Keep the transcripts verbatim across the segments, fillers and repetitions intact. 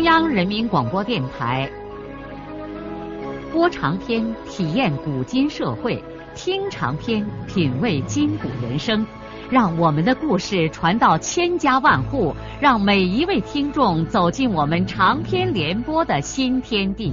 央人民广播电台。播长篇，体验古今社会；听长篇，品味今古人生。让我们的故事传到千家万户，让每一位听众走进我们长篇联播的新天地。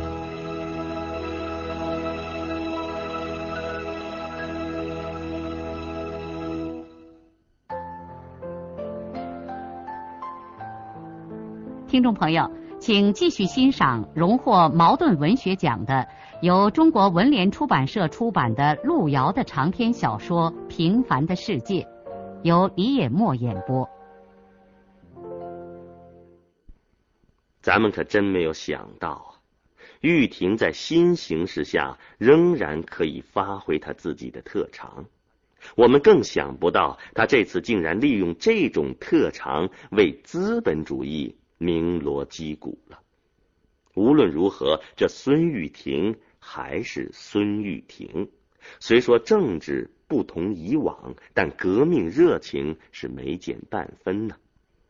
听众朋友，请继续欣赏荣获茅盾文学奖的由中国文联出版社出版的路遥的长篇小说《平凡的世界》，由李野墨演播。 咱们可真没有想到啊，玉婷在新形势下仍然可以发挥她自己的特长。我们更想不到，她这次竟然利用这种特长为资本主义鸣锣击鼓了。无论如何，这孙玉婷还是孙玉婷，虽说政治不同以往，但革命热情是没减半分呢。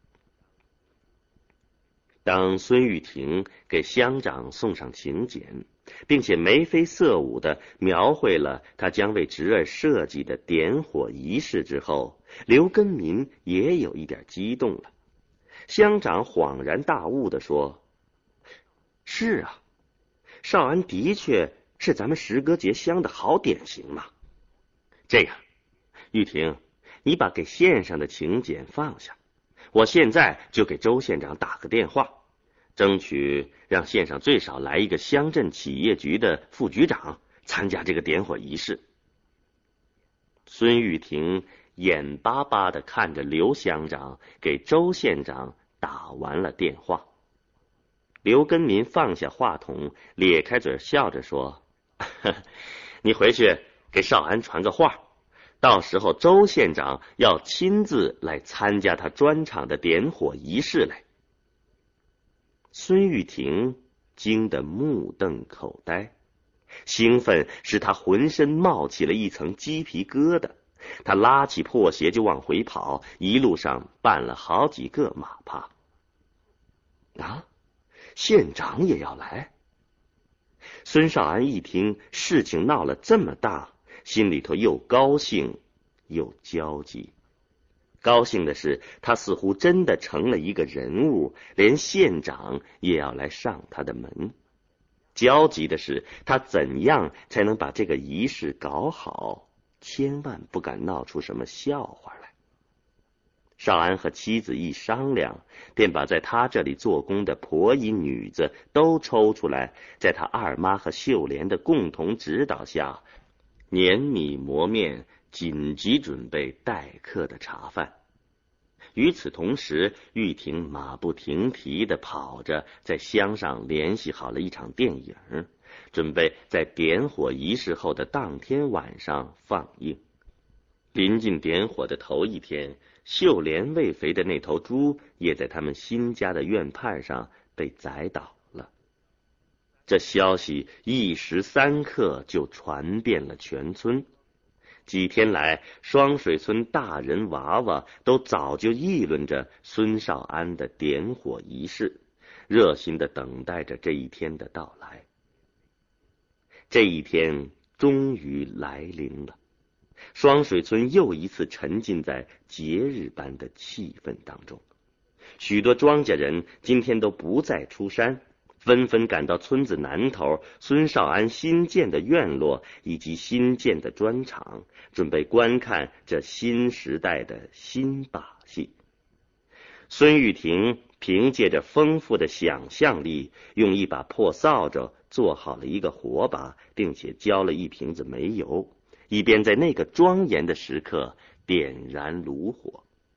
当孙玉婷给乡长送上请柬，并且眉飞色舞地描绘了他将为侄儿设计的点火仪式之后，刘根民也有一点激动了。乡长恍然大悟地说：是啊，少安的确是咱们石歌节乡的好典型嘛。这样，玉婷，你把给县上的请柬放下，我现在就给周县长打个电话，争取让县上最少来一个乡镇企业局的副局长参加这个点火仪式。孙玉婷眼巴巴地看着刘乡长给周县长打完了电话。刘根民放下话筒，咧开嘴笑着说：你回去给少安传个话，到时候周县长要亲自来参加他专场的点火仪式来。孙玉婷惊得目瞪口呆，兴奋使他浑身冒起了一层鸡皮疙瘩。他拉起破鞋就往回跑，一路上绊了好几个马趴。啊，县长也要来？孙少安一听事情闹了这么大，心里头又高兴又焦急。高兴的是，他似乎真的成了一个人物，连县长也要来上他的门。焦急的是，他怎样才能把这个仪式搞好，千万不敢闹出什么笑话来。少安和妻子一商量，便把在他这里做工的婆姨女子都抽出来，在他二妈和秀莲的共同指导下，碾米磨面，紧急准备待客的茶饭。与此同时，玉婷马不停蹄地跑着，在乡上联系好了一场电影，准备在点火仪式后的当天晚上放映。临近点火的头一天，秀莲喂肥的那头猪也在他们新家的院畔上被宰倒了。这消息一时三刻就传遍了全村。几天来，双水村大人娃娃都早就议论着孙少安的点火仪式，热心地等待着这一天的到来。这一天终于来临了，双水村又一次沉浸在节日般的气氛当中。许多庄稼人今天都不再出山，纷纷赶到村子南头孙少安新建的院落以及新建的砖厂，准备观看这新时代的新把戏。孙玉婷凭借着丰富的想象力，用一把破扫帚做好了一个火把，并且浇了一瓶子煤油，以便在那个庄严的时刻点燃炉火。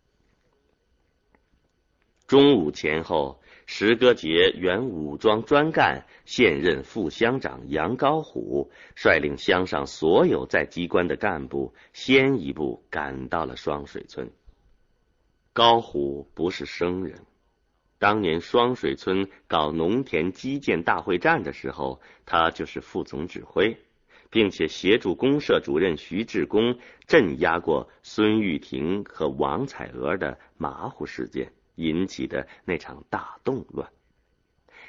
中午前后，石歌节原武装专干现任副乡长杨高虎率领乡上所有在机关的干部先一步赶到了双水村。高虎不是生人，当年双水村搞农田基建大会战的时候，他就是副总指挥，并且协助公社主任徐志功镇压过孙玉婷和王彩娥的马虎事件引起的那场大动乱。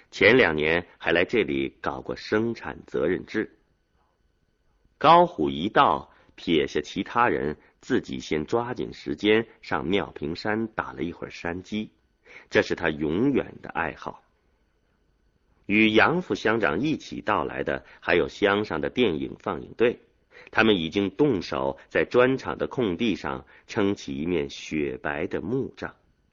前两年还来这里搞过生产责任制。高虎一到，撇下其他人，自己先抓紧时间上妙平山打了一会儿山鸡，这是他永远的爱好。与杨副乡长一起到来的还有乡上的电影放映队，他们已经动手在砖厂的空地上撑起一面雪白的木帐。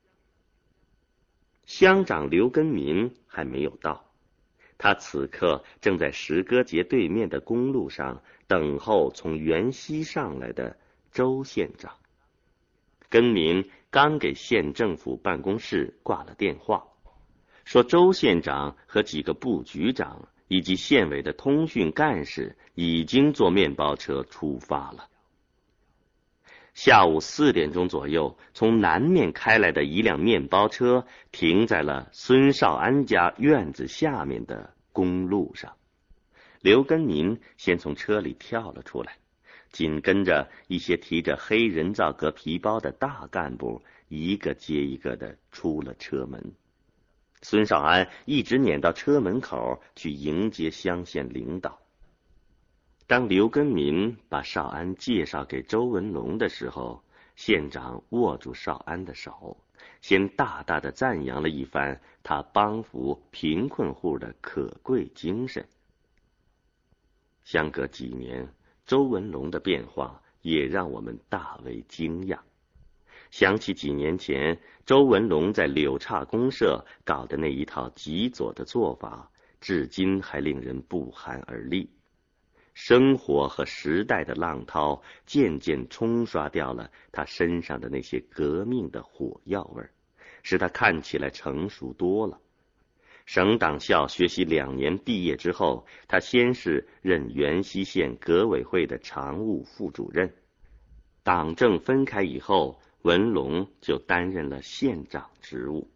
乡长刘根民还没有到，他此刻正在石歌节对面的公路上等候从原西上来的周县长。根民刚给县政府办公室挂了电话，说周县长和几个部局长以及县委的通讯干事已经坐面包车出发了。下午四点钟左右，从南面开来的一辆面包车停在了孙少安家院子下面的公路上。刘根民先从车里跳了出来，紧跟着一些提着黑人造革皮包的大干部一个接一个的出了车门。孙少安一直撵到车门口去迎接乡县领导。当刘根民把少安介绍给周文龙的时候，县长握住少安的手，先大大的赞扬了一番他帮扶贫困户的可贵精神。相隔几年，周文龙的变化也让我们大为惊讶。想起几年前周文龙在柳岔公社搞的那一套极左的做法，至今还令人不寒而栗。生活和时代的浪涛渐渐冲刷掉了他身上的那些革命的火药味，使他看起来成熟多了。省党校学习两年毕业之后，他先是任原西县革委会的常务副主任。党政分开以后，文龙就担任了县长职务。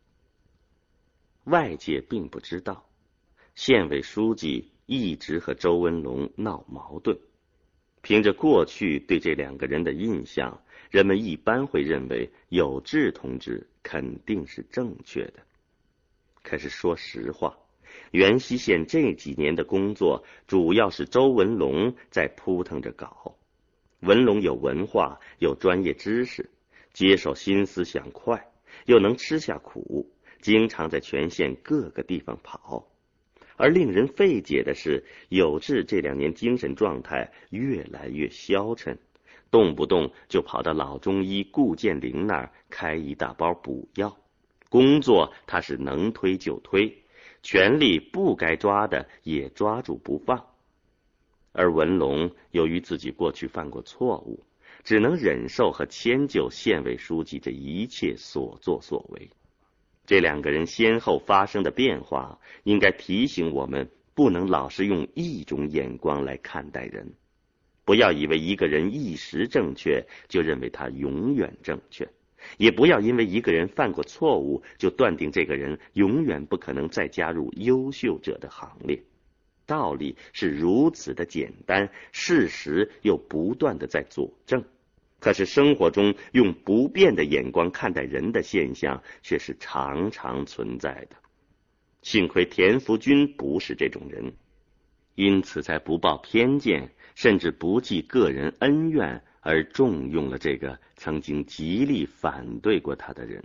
外界并不知道，县委书记一直和周文龙闹矛盾。凭着过去对这两个人的印象，人们一般会认为有志同志肯定是正确的。可是说实话，原西县这几年的工作主要是周文龙在扑腾着搞。文龙有文化，有专业知识，接受新思想快，又能吃下苦，经常在全县各个地方跑。而令人费解的是，有志这两年精神状态越来越消沉，动不动就跑到老中医顾建林那儿开一大包补药。工作他是能推就推，权力不该抓的也抓住不放。而文龙由于自己过去犯过错误，只能忍受和迁就县委书记这一切所作所为。这两个人先后发生的变化，应该提醒我们，不能老是用一种眼光来看待人。不要以为一个人一时正确，就认为他永远正确。也不要因为一个人犯过错误，就断定这个人永远不可能再加入优秀者的行列。道理是如此的简单，事实又不断的在佐证。可是生活中用不变的眼光看待人的现象却是常常存在的。幸亏田福军不是这种人，因此才不抱偏见，甚至不记个人恩怨，而重用了这个曾经极力反对过他的人。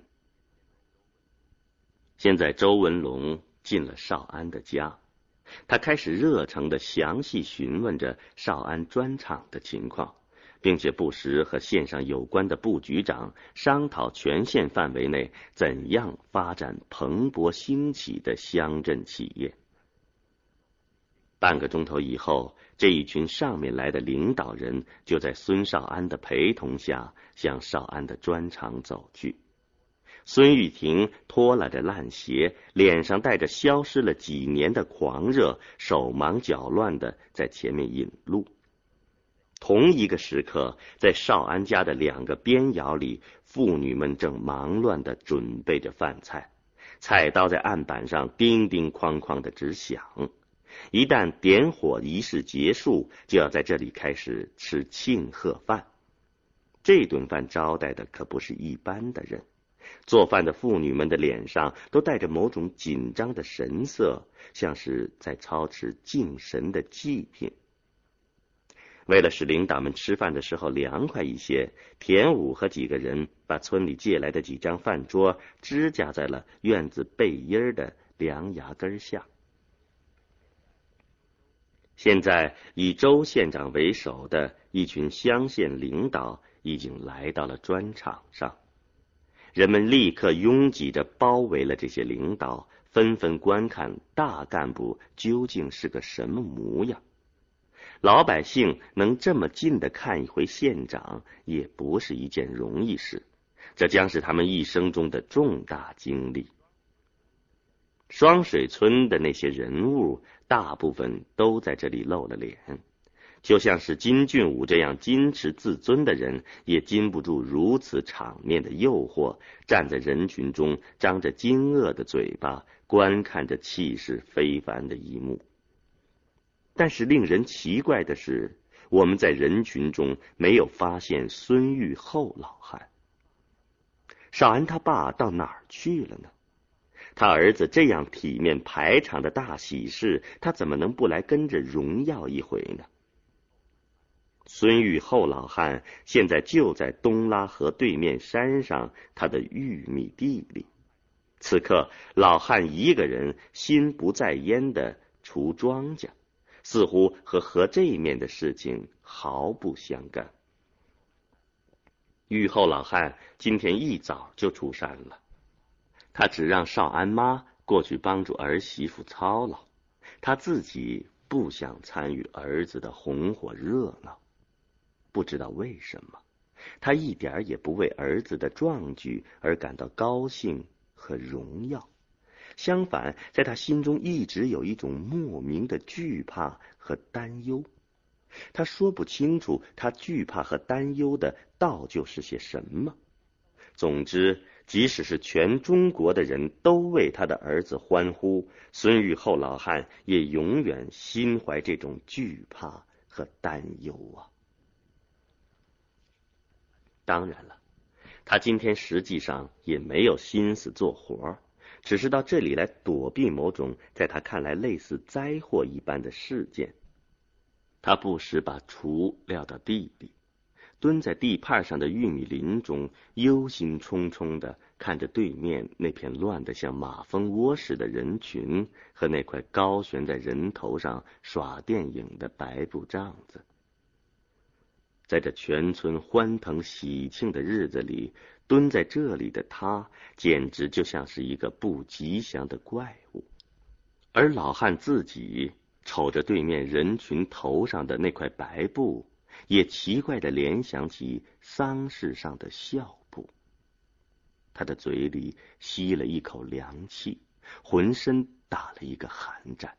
现在周文龙进了少安的家，他开始热诚地详细询问着少安砖厂的情况，并且不时和县上有关的部局长商讨全县范围内怎样发展蓬勃兴起的乡镇企业。半个钟头以后，这一群上面来的领导人就在孙少安的陪同下向少安的砖厂走去。孙玉婷拖拉着烂鞋，脸上带着消失了几年的狂热，手忙脚乱地在前面引路。同一个时刻，在少安家的两个边窑里，妇女们正忙乱地准备着饭菜，菜刀在案板上叮叮哐哐地直响。一旦点火仪式结束，就要在这里开始吃庆贺饭。这顿饭招待的可不是一般的人， 做饭的妇女们的脸上都带着某种紧张的神色，像是在操持敬神的祭品。为了使领导们吃饭的时候凉快一些，田武和几个人把村里借来的几张饭桌支架在了院子背阴的梁崖根下。现在以周县长为首的一群乡县领导已经来到了砖场上，人们立刻拥挤着包围了这些领导，纷纷观看大干部究竟是个什么模样。老百姓能这么近的看一回县长，也不是一件容易事，这将是他们一生中的重大经历。双水村的那些人物大部分都在这里露了脸，就像是金俊武这样矜持自尊的人也禁不住如此场面的诱惑，站在人群中张着惊愕的嘴巴观看着气势非凡的一幕。但是令人奇怪的是，我们在人群中没有发现孙玉厚老汉。少安他爸到哪儿去了呢？他儿子这样体面排场的大喜事，他怎么能不来跟着荣耀一回呢？孙玉厚老汉现在就在东拉河对面山上他的玉米地里，此刻老汉一个人心不在焉地除庄稼，似乎和河这面的事情毫不相干。玉厚老汉今天一早就出山了，他只让少安妈过去帮助儿媳妇操劳，他自己不想参与儿子的红火热闹。不知道为什么，他一点也不为儿子的壮举而感到高兴和荣耀，相反，在他心中一直有一种莫名的惧怕和担忧。他说不清楚他惧怕和担忧的到底是些什么。总之，即使是全中国的人都为他的儿子欢呼，孙玉厚老汉也永远心怀这种惧怕和担忧啊。当然了，他今天实际上也没有心思做活，只是到这里来躲避某种在他看来类似灾祸一般的事件。他不时把锄撂到地里，蹲在地畔上的玉米林中，忧心忡忡地看着对面那片乱得像马蜂窝似的人群和那块高悬在人头上耍电影的白布帐子。在这全村欢腾喜庆的日子里，蹲在这里的他简直就像是一个不吉祥的怪物。而老汉自己瞅着对面人群头上的那块白布，也奇怪地联想起丧事上的孝布。他的嘴里吸了一口凉气，浑身打了一个寒战。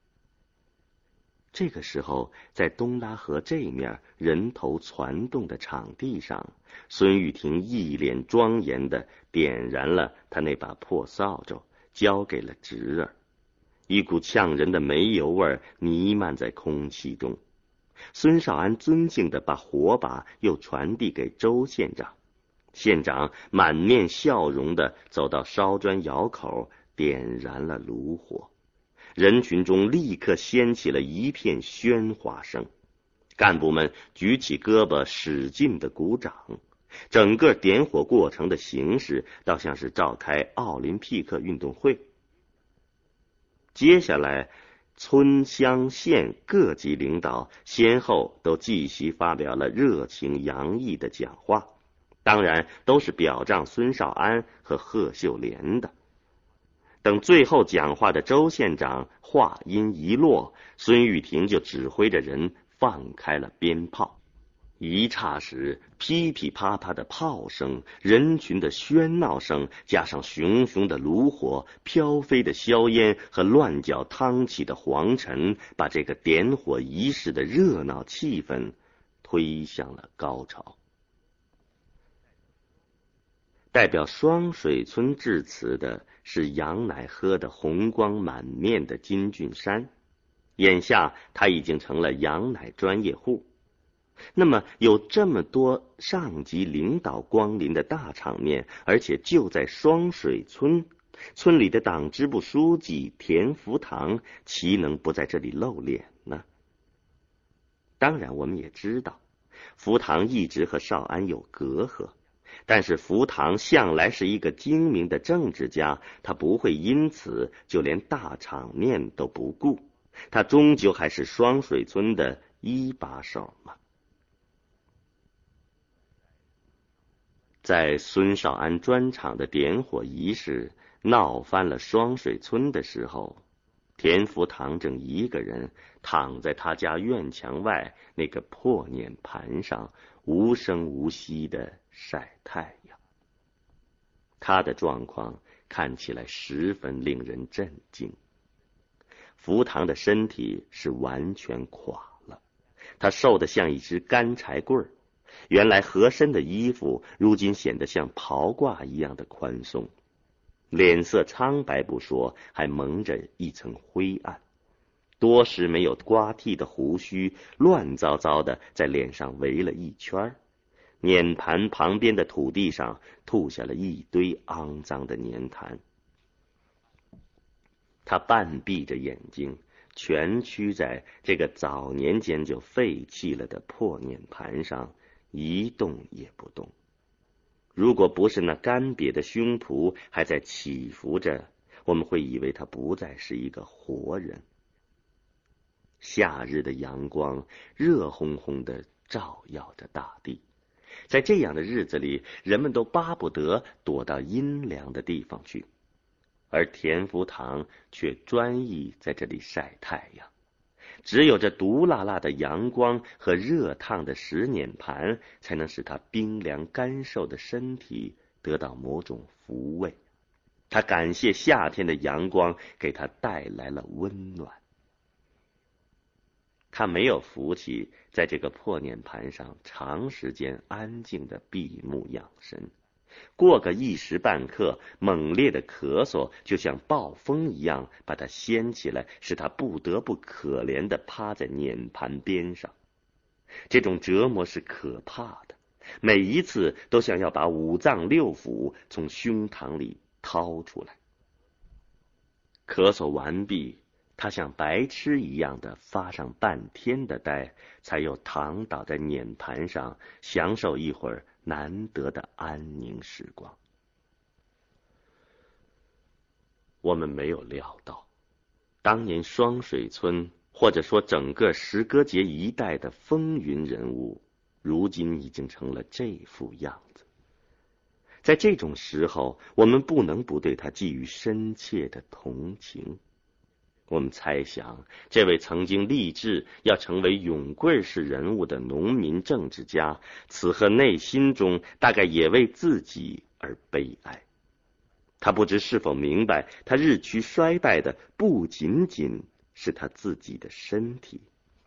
这个时候，在东拉河这面人头攒动的场地上，孙玉婷一脸庄严地点燃了他那把破扫帚，交给了侄儿。一股呛人的煤油味弥漫在空气中。孙少安尊敬地把火把又传递给周县长，县长满面笑容地走到烧砖窑口，点燃了炉火。人群中立刻掀起了一片喧哗声，干部们举起胳膊使劲地鼓掌。整个点火过程的形式倒像是召开奥林匹克运动会。接下来，村乡县各级领导先后都继续发表了热情洋溢的讲话，当然都是表彰孙少安和贺秀莲的。等最后讲话的周县长话音一落，孙玉婷就指挥着人放开了鞭炮。一霎时，噼噼啪啪的炮声，人群的喧闹声，加上熊熊的炉火、飘飞的硝烟和乱搅汤起的黄尘，把这个点火仪式的热闹气氛推向了高潮。代表双水村致辞的是羊奶喝得红光满面的金俊山，眼下他已经成了羊奶专业户。 那么有这么多上级领导光临的大场面，而且就在双水村，村里的党支部书记田福堂岂能不在这里露脸呢？当然我们也知道，福堂一直和少安有隔阂，但是福堂向来是一个精明的政治家，他不会因此就连大场面都不顾，他终究还是双水村的一把手嘛。在孙少安砖厂的点火仪式闹翻了双水村的时候，田福堂正一个人躺在他家院墙外那个破碾盘上，无声无息地晒太阳。他的状况看起来十分令人震惊。福堂的身体是完全垮了，他瘦得像一只干柴棍儿，原来合身的衣服如今显得像袍褂一样的宽松，脸色苍白不说，还蒙着一层灰暗，多时没有刮剃的胡须乱糟糟的在脸上围了一圈，碾盘旁边的土地上吐下了一堆肮脏的粘痰。他半闭着眼睛，蜷曲在这个早年间就废弃了的破碾盘上，一动也不动。如果不是那干瘪的胸脯还在起伏着，我们会以为他不再是一个活人。夏日的阳光热烘烘地照耀着大地，在这样的日子里，人们都巴不得躲到阴凉的地方去，而田福堂却专意在这里晒太阳。只有这毒辣辣的阳光和热烫的石碾盘，才能使他冰凉干瘦的身体得到某种抚慰。他感谢夏天的阳光给他带来了温暖。他没有福气在这个破碾盘上长时间安静的闭目养神，过个一时半刻，猛烈的咳嗽就像暴风一样把他掀起来，使他不得不可怜地趴在碾盘边上。这种折磨是可怕的，每一次都像要把五脏六腑从胸膛里掏出来。咳嗽完毕，他像白痴一样的发上半天的呆，才又躺倒在碾盘上，享受一会儿难得的安宁时光。我们没有料到，当年双水村或者说整个石歌节一带的风云人物，如今已经成了这副样子。在这种时候，我们不能不对他寄予深切的同情。我们猜想，这位曾经立志要成为永贵式人物的农民政治家，此刻内心中大概也为自己而悲哀。他不知是否明白，他日趋衰败的不仅仅是他自己的身体。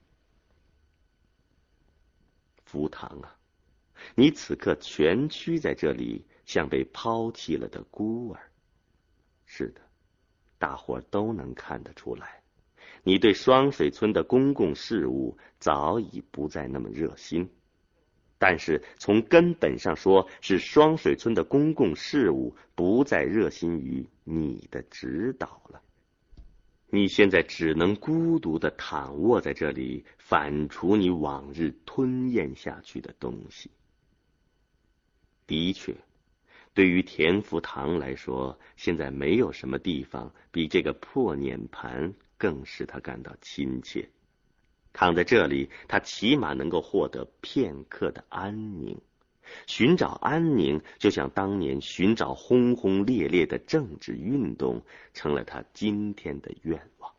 福堂啊，你此刻蜷曲在这里，像被抛弃了的孤儿。是的，大伙都能看得出来，你对双水村的公共事务早已不再那么热心。但是从根本上说，是双水村的公共事务不再热心于你的指导了。你现在只能孤独地躺卧在这里，反刍你往日吞咽下去的东西。的确，对于田福堂来说，现在没有什么地方比这个破碾盘更使他感到亲切。躺在这里，他起码能够获得片刻的安宁。寻找安宁，就像当年寻找轰轰烈烈的政治运动，成了他今天的愿望。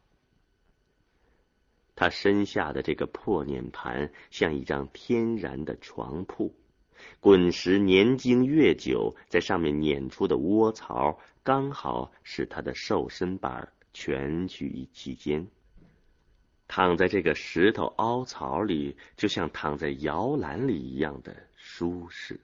他身下的这个破碾盘像一张天然的床铺，滚石年经越久，在上面碾出的窝槽刚好使他的瘦身板蜷曲于其间。躺在这个石头凹槽里，就像躺在摇篮里一样的舒适。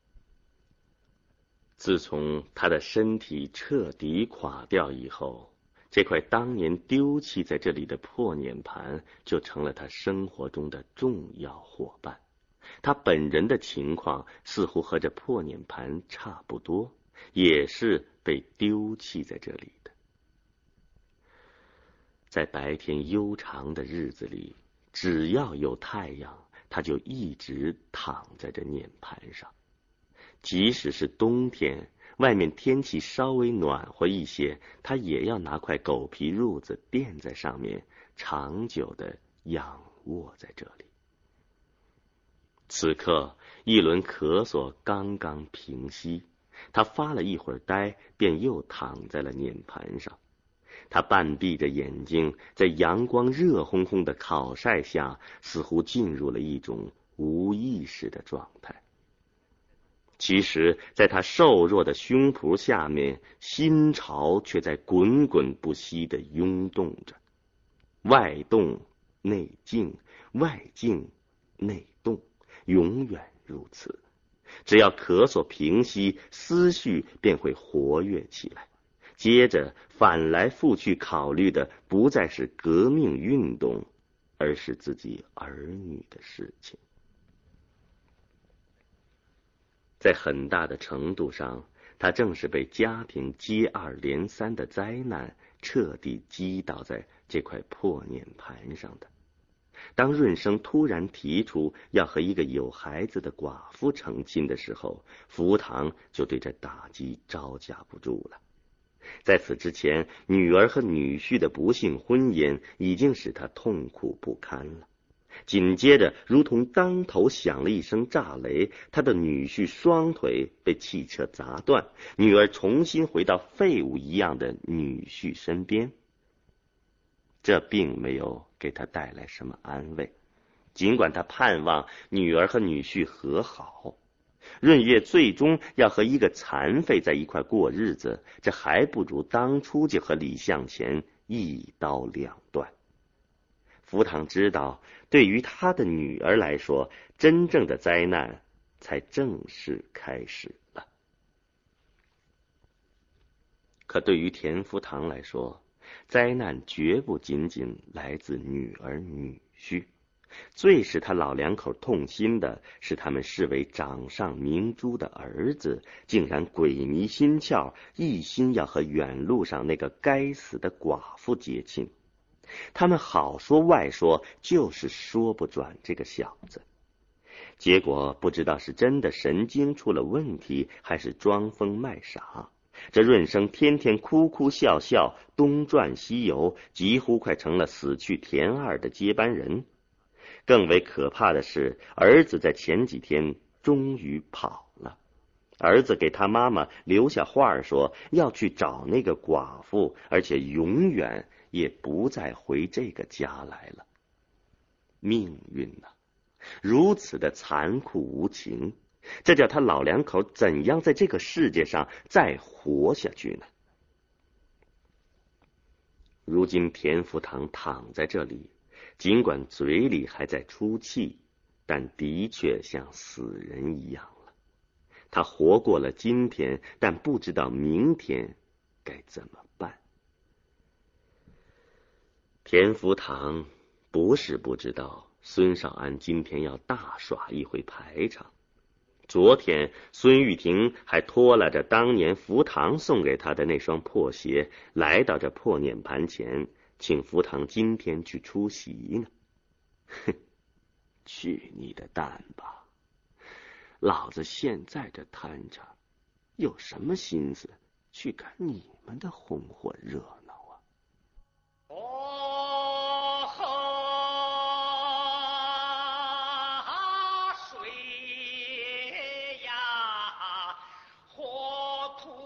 自从他的身体彻底垮掉以后，这块当年丢弃在这里的破碾盘就成了他生活中的重要伙伴。 他本人的情况似乎和这破碾盘差不多，也是被丢弃在这里的。在白天悠长的日子里，只要有太阳，他就一直躺在这碾盘上。即使是冬天，外面天气稍微暖和一些，他也要拿块狗皮褥子垫在上面，长久地仰卧在这里。此刻一轮咳嗽刚刚平息，他发了一会儿呆，便又躺在了碾盘上。他半闭着眼睛，在阳光热烘烘的烤晒下，似乎进入了一种无意识的状态。其实在他瘦弱的胸脯下面，心潮却在滚滚不息地涌动着，外动内静，外静内动，永远如此。只要咳嗽平息，思绪便会活跃起来，接着反来覆去考虑的不再是革命运动，而是自己儿女的事情。在很大的程度上，他正是被家庭接二连三的灾难彻底击倒在这块破碾盘上的。当润生突然提出要和一个有孩子的寡妇成亲的时候，福堂就对这打击招架不住了。在此之前，女儿和女婿的不幸婚姻已经使他痛苦不堪了。紧接着，如同当头响了一声炸雷，他的女婿双腿被汽车砸断，女儿重新回到废物一样的女婿身边。这并没有给他带来什么安慰，尽管他盼望女儿和女婿和好。润月最终要和一个残废在一块过日子，这还不如当初就和李向前一刀两断。福堂知道，对于他的女儿来说，真正的灾难才正式开始了。可对于田福堂来说，灾难绝不仅仅来自女儿女婿，最使他老两口痛心的是，他们视为掌上明珠的儿子竟然鬼迷心窍，一心要和远路上那个该死的寡妇结亲。他们好说外说，就是说不转这个小子。结果不知道是真的神经出了问题，还是装疯卖傻，这润生天天哭哭笑笑，东转西游，几乎快成了死去田二的接班人。更为可怕的是，儿子在前几天终于跑了。儿子给他妈妈留下话说，要去找那个寡妇，而且永远也不再回这个家来了。命运啊，如此的残酷无情，这叫他老两口怎样在这个世界上再活下去呢？如今田福堂躺在这里，尽管嘴里还在出气，但的确像死人一样了。他活过了今天，但不知道明天该怎么办。田福堂不是不知道孙少安今天要大耍一回排场。昨天孙玉婷还拖拉着当年福堂送给他的那双破鞋，来到这破碾盘前，请福堂今天去出席呢。哼，去你的蛋吧！老子现在这摊场，有什么心思去看你们的红火热闹啊？ 哦呵，水呀，火土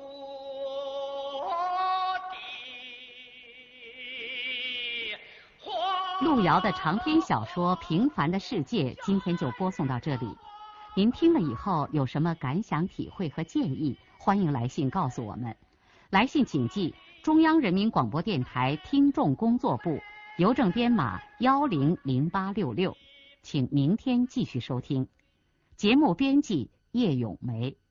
地。 路遥的长篇小说《平凡的世界》今天就播送到这里。您听了以后有什么感想、体会和建议，欢迎来信告诉我们。来信请寄中央人民广播电台听众工作部，邮政编码幺零零八六六。请明天继续收听。节目编辑叶咏梅。